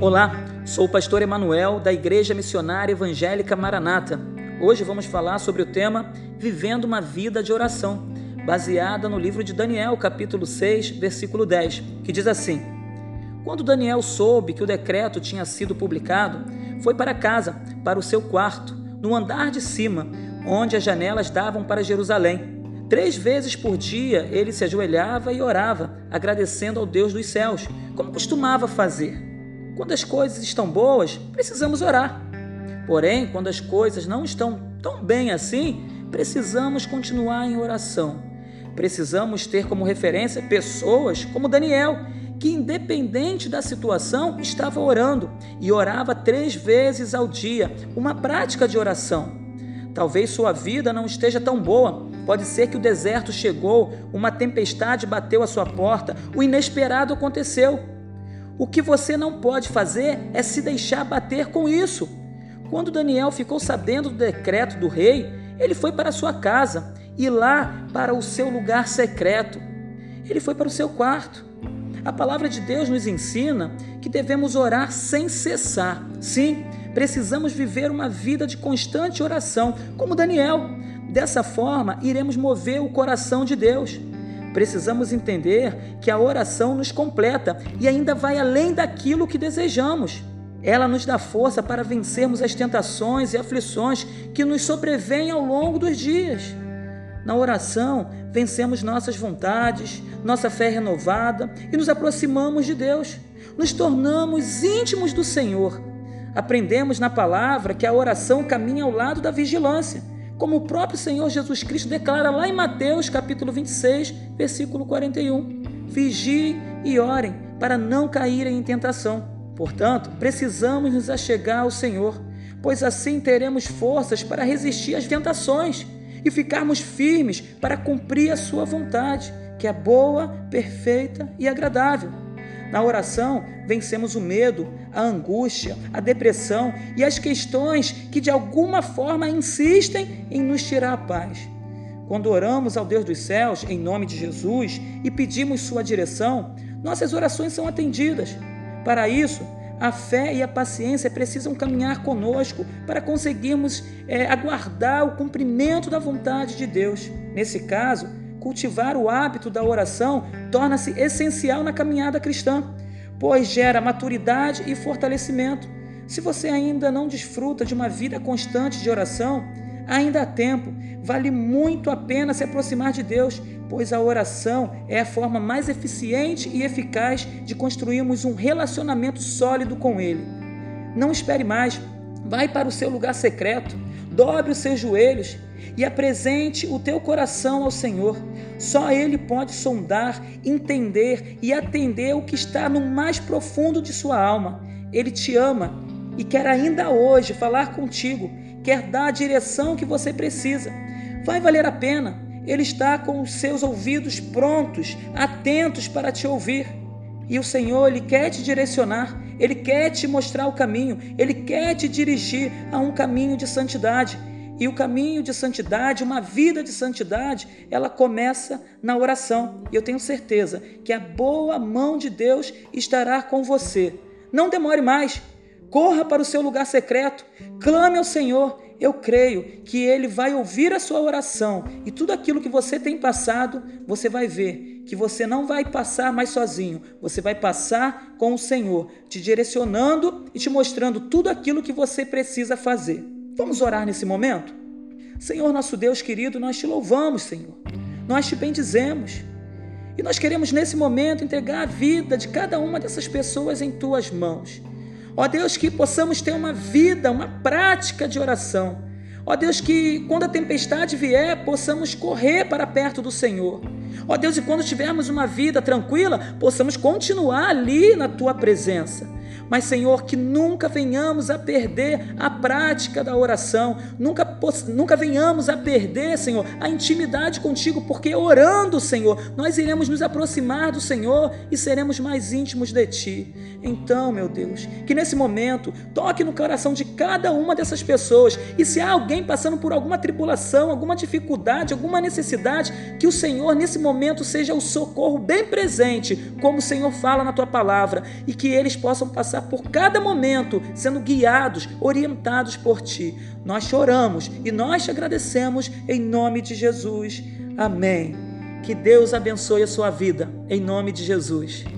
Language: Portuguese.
Olá, sou o pastor Emanuel da Igreja Missionária Evangélica Maranata. Hoje vamos falar sobre o tema Vivendo uma Vida de Oração, baseada no livro de Daniel, capítulo 6, versículo 10, que diz assim: Quando Daniel soube que o decreto tinha sido publicado, foi para casa, para o seu quarto, no andar de cima, onde as janelas davam para Jerusalém. 3 vezes por dia ele se ajoelhava e orava, agradecendo ao Deus dos céus, como costumava fazer. Quando as coisas estão boas, precisamos orar. Porém, quando as coisas não estão tão bem assim, precisamos continuar em oração. Precisamos ter como referência pessoas como Daniel, que independente da situação, estava orando e orava 3 vezes ao dia, uma prática de oração. Talvez sua vida não esteja tão boa. Pode ser que o deserto chegou, uma tempestade bateu à sua porta, o inesperado aconteceu. O que você não pode fazer é se deixar bater com isso. Quando Daniel ficou sabendo do decreto do rei, ele foi para sua casa e lá para o seu lugar secreto. Ele foi para o seu quarto. A palavra de Deus nos ensina que devemos orar sem cessar. Sim, precisamos viver uma vida de constante oração, como Daniel. Dessa forma, iremos mover o coração de Deus. Precisamos entender que a oração nos completa e ainda vai além daquilo que desejamos. Ela nos dá força para vencermos as tentações e aflições que nos sobrevêm ao longo dos dias. Na oração, vencemos nossas vontades, nossa fé renovada e nos aproximamos de Deus. Nos tornamos íntimos do Senhor. Aprendemos na palavra que a oração caminha ao lado da vigilância, como o próprio Senhor Jesus Cristo declara lá em Mateus capítulo 26, versículo 41. Vigiem e orem para não caírem em tentação. Portanto, precisamos nos achegar ao Senhor, pois assim teremos forças para resistir às tentações e ficarmos firmes para cumprir a sua vontade, que é boa, perfeita e agradável. Na oração, vencemos o medo, a angústia, a depressão e as questões que de alguma forma insistem em nos tirar a paz. Quando oramos ao Deus dos céus, em nome de Jesus, e pedimos sua direção, nossas orações são atendidas. Para isso, a fé e a paciência precisam caminhar conosco para conseguirmos aguardar o cumprimento da vontade de Deus. Nesse caso, cultivar o hábito da oração torna-se essencial na caminhada cristã, pois gera maturidade e fortalecimento. Se você ainda não desfruta de uma vida constante de oração, ainda há tempo. Vale muito a pena se aproximar de Deus, pois a oração é a forma mais eficiente e eficaz de construirmos um relacionamento sólido com Ele. Não espere mais. Vai para o seu lugar secreto, dobre os seus joelhos e apresente o teu coração ao Senhor. Só Ele pode sondar, entender e atender o que está no mais profundo de sua alma. Ele te ama e quer ainda hoje falar contigo, quer dar a direção que você precisa. Vai valer a pena. Ele está com os seus ouvidos prontos, atentos para te ouvir. E o Senhor, Ele quer te direcionar, Ele quer te mostrar o caminho, Ele quer te dirigir a um caminho de santidade. E o caminho de santidade, uma vida de santidade, ela começa na oração. E eu tenho certeza que a boa mão de Deus estará com você. Não demore mais, corra para o seu lugar secreto, clame ao Senhor. Eu creio que Ele vai ouvir a sua oração e tudo aquilo que você tem passado, você vai ver que você não vai passar mais sozinho, você vai passar com o Senhor, te direcionando e te mostrando tudo aquilo que você precisa fazer. Vamos orar nesse momento? Senhor nosso Deus querido, nós te louvamos, Senhor, nós te bendizemos e nós queremos nesse momento entregar a vida de cada uma dessas pessoas em tuas mãos. Ó Deus, que possamos ter uma vida, uma prática de oração. Ó Deus, que quando a tempestade vier, possamos correr para perto do Senhor. Ó Deus, e quando tivermos uma vida tranquila, possamos continuar ali na Tua presença. Mas, Senhor, que nunca venhamos a perder a prática da oração, nunca venhamos a perder, Senhor, a intimidade contigo, porque orando, Senhor, nós iremos nos aproximar do Senhor e seremos mais íntimos de Ti. Então, meu Deus, que nesse momento toque no coração de cada uma dessas pessoas, e se há alguém passando por alguma tribulação, alguma dificuldade, alguma necessidade, que o Senhor nesse momento seja o socorro bem presente, como o Senhor fala na Tua palavra, e que eles possam passar passar por cada momento sendo guiados, orientados por Ti. Nós choramos e nós te agradecemos em nome de Jesus. Amém. Que Deus abençoe a sua vida, em nome de Jesus.